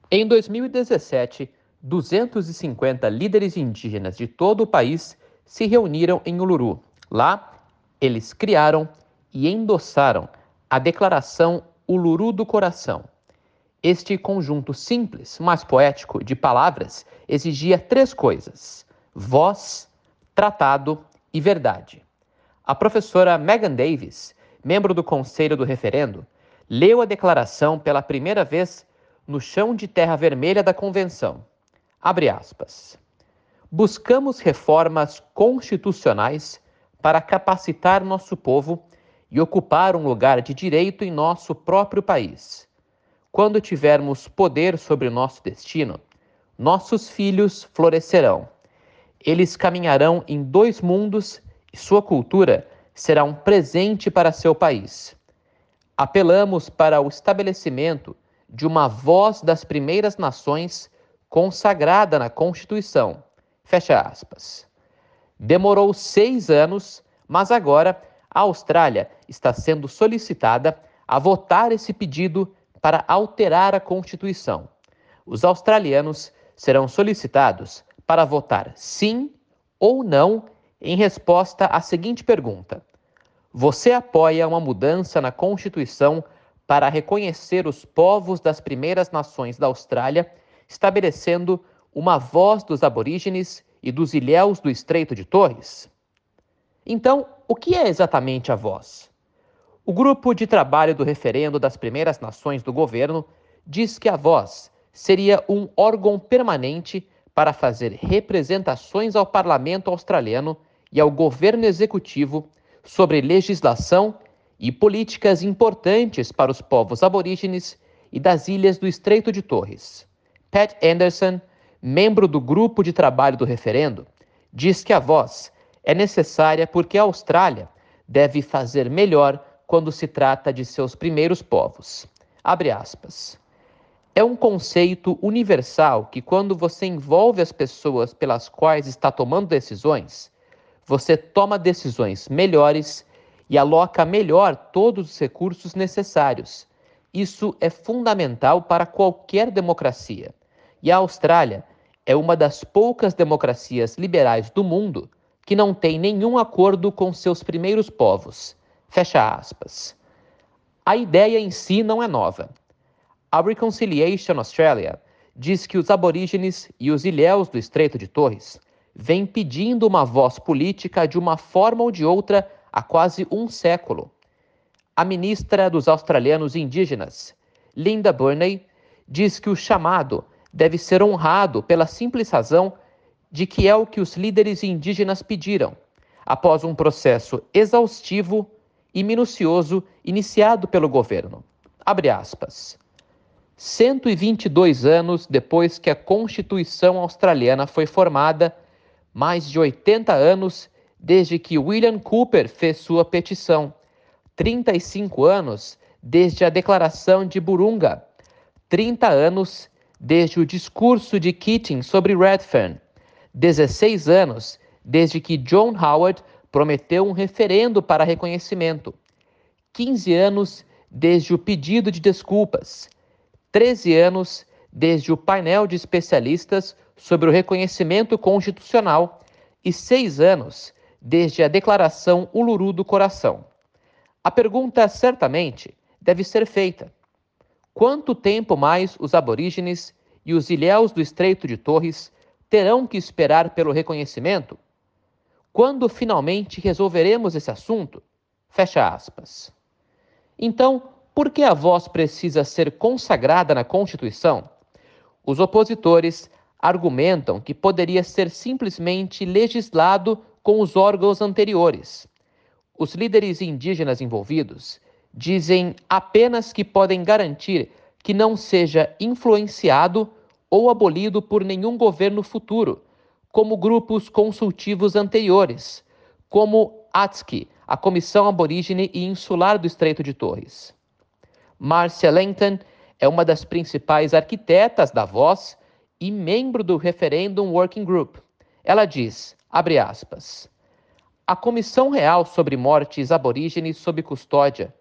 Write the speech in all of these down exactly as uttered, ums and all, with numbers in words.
Em dois mil e dezessete, duzentos e cinquenta líderes indígenas de todo o país se reuniram em Uluru. Lá, eles criaram e endossaram a Declaração Uluru do Coração. Este conjunto simples, mas poético, de palavras exigia três coisas: voz, tratado e verdade. A professora Megan Davis, membro do Conselho do Referendo, leu a declaração pela primeira vez no chão de terra vermelha da Convenção. Abre aspas. Buscamos reformas constitucionais para capacitar nosso povo e ocupar um lugar de direito em nosso próprio país. Quando tivermos poder sobre nosso destino, nossos filhos florescerão. Eles caminharão em dois mundos e sua cultura será um presente para seu país. Apelamos para o estabelecimento de uma voz das primeiras nações consagrada na Constituição. Fecha aspas. Demorou seis anos, mas agora a Austrália está sendo solicitada a votar esse pedido para alterar a Constituição. Os australianos serão solicitados para votar sim ou não em resposta à seguinte pergunta: você apoia uma mudança na Constituição para reconhecer os povos das primeiras nações da Austrália, estabelecendo uma voz dos aborígenes e dos ilhéus do Estreito de Torres? Então, o que é exatamente a voz? O grupo de trabalho do referendo das primeiras nações do governo diz que a voz seria um órgão permanente para fazer representações ao parlamento australiano e ao governo executivo sobre legislação e políticas importantes para os povos aborígenes e das ilhas do Estreito de Torres. Pat Anderson, membro do grupo de trabalho do referendo, diz que a voz é necessária porque a Austrália deve fazer melhor quando se trata de seus primeiros povos. Abre aspas. É um conceito universal que, quando você envolve as pessoas pelas quais está tomando decisões, você toma decisões melhores e aloca melhor todos os recursos necessários. Isso é fundamental para qualquer democracia. E a Austrália é uma das poucas democracias liberais do mundo que não tem nenhum acordo com seus primeiros povos. Fecha aspas. A ideia em si não é nova. A Reconciliation Australia diz que os aborígenes e os ilhéus do Estreito de Torres vêm pedindo uma voz política de uma forma ou de outra há quase um século. A ministra dos australianos indígenas, Linda Burney, diz que o chamado deve ser honrado pela simples razão de que é o que os líderes indígenas pediram, após um processo exaustivo e minucioso iniciado pelo governo. Abre aspas. cento e vinte e dois anos depois que a Constituição australiana foi formada, mais de oitenta anos desde que William Cooper fez sua petição, trinta e cinco anos desde a Declaração de Burunga, trinta anos desde o discurso de Keating sobre Redfern, dezesseis anos desde que John Howard prometeu um referendo para reconhecimento, quinze anos desde o pedido de desculpas, treze anos desde o painel de especialistas sobre o reconhecimento constitucional e seis anos desde a Declaração Uluru do Coração. A pergunta certamente deve ser feita: quanto tempo mais os aborígenes e os ilhéus do Estreito de Torres terão que esperar pelo reconhecimento? Quando finalmente resolveremos esse assunto? Fecha aspas. Então, por que a voz precisa ser consagrada na Constituição? Os opositores argumentam que poderia ser simplesmente legislado com os órgãos anteriores. Os líderes indígenas envolvidos dizem apenas que podem garantir que não seja influenciado ou abolido por nenhum governo futuro, como grupos consultivos anteriores, como A T S C, a Comissão Aborígene e Insular do Estreito de Torres. Marcia Langton é uma das principais arquitetas da voz e membro do Referendum Working Group. Ela diz, abre aspas, a Comissão Real sobre Mortes Aborígenes sob Custódia,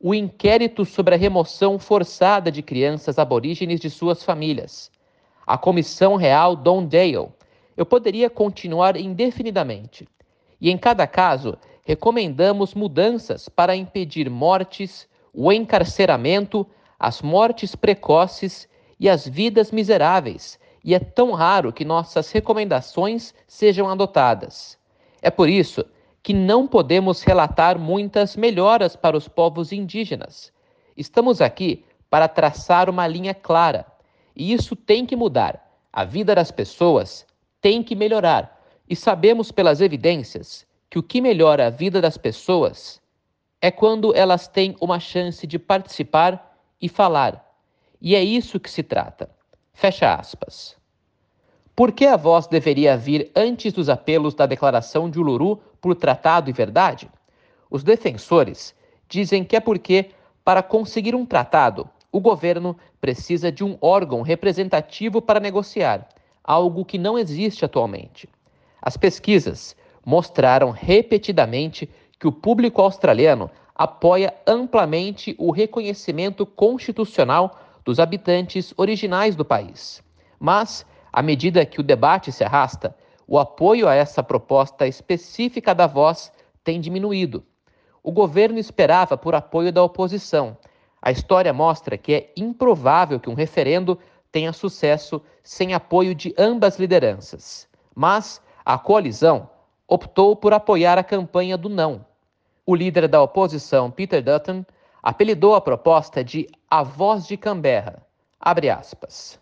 o inquérito sobre a remoção forçada de crianças aborígenes de suas famílias, a Comissão Real Don Dale. Eu poderia continuar indefinidamente. E em cada caso, recomendamos mudanças para impedir mortes, o encarceramento, as mortes precoces e as vidas miseráveis, e é tão raro que nossas recomendações sejam adotadas. É por isso que não podemos relatar muitas melhoras para os povos indígenas. Estamos aqui para traçar uma linha clara, e isso tem que mudar. A vida das pessoas tem que melhorar, e sabemos pelas evidências que o que melhora a vida das pessoas é quando elas têm uma chance de participar e falar. E é isso que se trata. Fecha aspas. Por que a voz deveria vir antes dos apelos da Declaração de Uluru por tratado e verdade? Os defensores dizem que é porque, para conseguir um tratado, o governo precisa de um órgão representativo para negociar, algo que não existe atualmente. As pesquisas mostraram repetidamente que o público australiano apoia amplamente o reconhecimento constitucional dos habitantes originais do país. Mas, à medida que o debate se arrasta, o apoio a essa proposta específica da voz tem diminuído. O governo esperava por apoio da oposição. A história mostra que é improvável que um referendo tenha sucesso sem apoio de ambas lideranças. Mas a coalizão optou por apoiar a campanha do não. O líder da oposição, Peter Dutton, apelidou a proposta de a voz de Canberra. Abre aspas.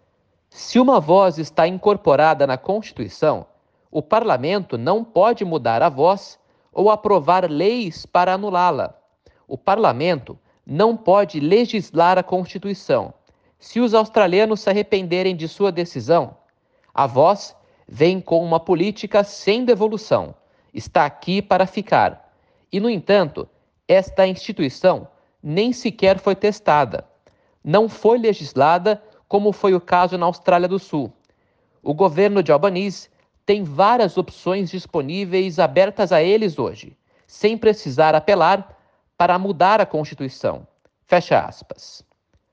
Se uma voz está incorporada na Constituição, o parlamento não pode mudar a voz ou aprovar leis para anulá-la. O parlamento não pode legislar a Constituição. Se os australianos se arrependerem de sua decisão, a voz vem com uma política sem devolução. Está aqui para ficar. E, no entanto, esta instituição nem sequer foi testada. Não foi legislada, como foi o caso na Austrália do Sul. O governo de Albanese tem várias opções disponíveis abertas a eles hoje, sem precisar apelar para mudar a Constituição. Fecha aspas.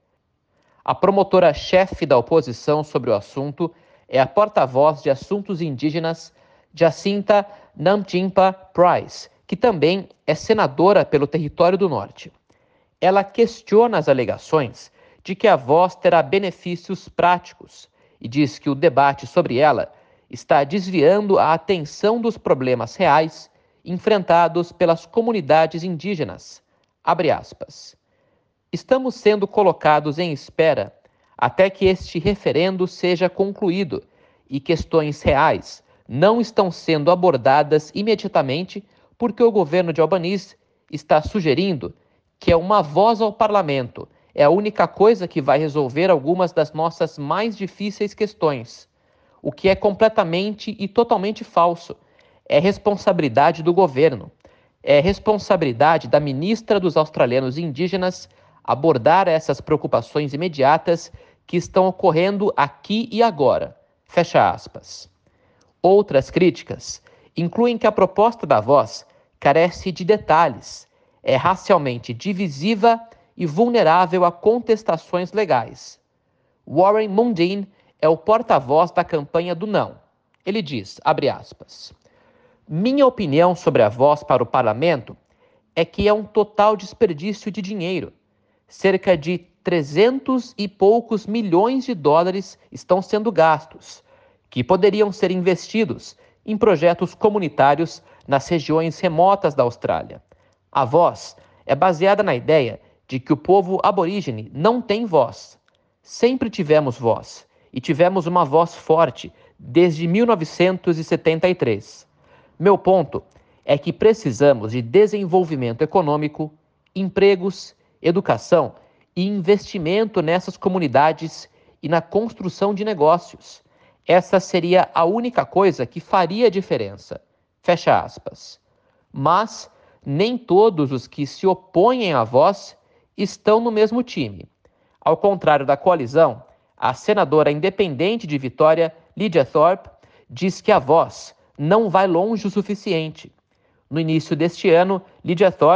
A promotora-chefe da oposição sobre o assunto é a porta-voz de assuntos indígenas, Jacinta Nampijinpa Price, que também é senadora pelo Território do Norte. Ela questiona as alegações de que a voz terá benefícios práticos e diz que o debate sobre ela está desviando a atenção dos problemas reais enfrentados pelas comunidades indígenas. Abre aspas. Estamos sendo colocados em espera até que este referendo seja concluído e questões reais não estão sendo abordadas imediatamente porque o governo de Albanese está sugerindo que é uma voz ao parlamento é a única coisa que vai resolver algumas das nossas mais difíceis questões, o que é completamente e totalmente falso. É responsabilidade do governo, é responsabilidade da ministra dos australianos indígenas abordar essas preocupações imediatas que estão ocorrendo aqui e agora. Fecha aspas. Outras críticas incluem que a proposta da voz carece de detalhes, é racialmente divisiva e vulnerável a contestações legais. Warren Mundine é o porta-voz da campanha do não. Ele diz, abre aspas, minha opinião sobre a voz para o parlamento é que é um total desperdício de dinheiro. Cerca de trezentos e poucos milhões de dólares estão sendo gastos, que poderiam ser investidos em projetos comunitários nas regiões remotas da Austrália. A voz é baseada na ideia de que o povo aborígene não tem voz. Sempre tivemos voz, e tivemos uma voz forte desde mil novecentos e setenta e três. Meu ponto é que precisamos de desenvolvimento econômico, empregos, educação e investimento nessas comunidades e na construção de negócios. Essa seria a única coisa que faria diferença. Fecha aspas. Mas nem todos os que se opõem à voz estão no mesmo time. Ao contrário da coalizão, a senadora independente de Vitória, Lydia Thorpe, diz que a voz não vai longe o suficiente. No início deste ano, Lydia Thorpe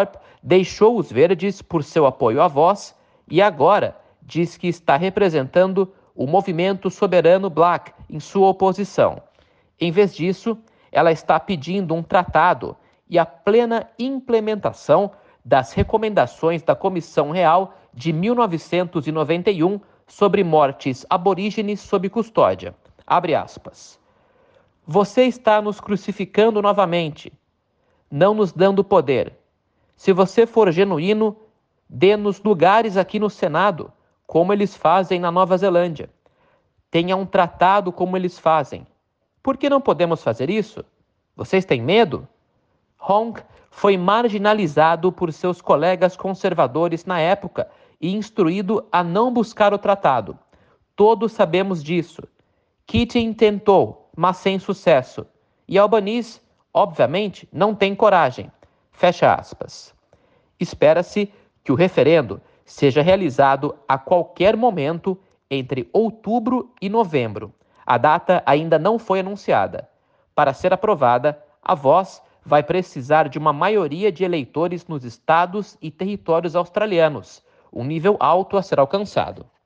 deixou os verdes por seu apoio à voz e agora diz que está representando o movimento soberano Black em sua oposição. Em vez disso, ela está pedindo um tratado e a plena implementação das recomendações da Comissão Real de mil novecentos e noventa e um sobre mortes aborígenes sob custódia. Abre aspas. Você está nos crucificando novamente, não nos dando poder. Se você for genuíno, dê-nos lugares aqui no Senado, como eles fazem na Nova Zelândia. Tenha um tratado como eles fazem. Por que não podemos fazer isso? Vocês têm medo? Hong foi marginalizado por seus colegas conservadores na época e instruído a não buscar o tratado. Todos sabemos disso. Keating tentou, mas sem sucesso. E Albanese, obviamente, não tem coragem. Fecha aspas. Espera-se que o referendo seja realizado a qualquer momento entre outubro e novembro. A data ainda não foi anunciada. Para ser aprovada, a voz vai precisar de uma maioria de eleitores nos estados e territórios australianos, um nível alto a ser alcançado.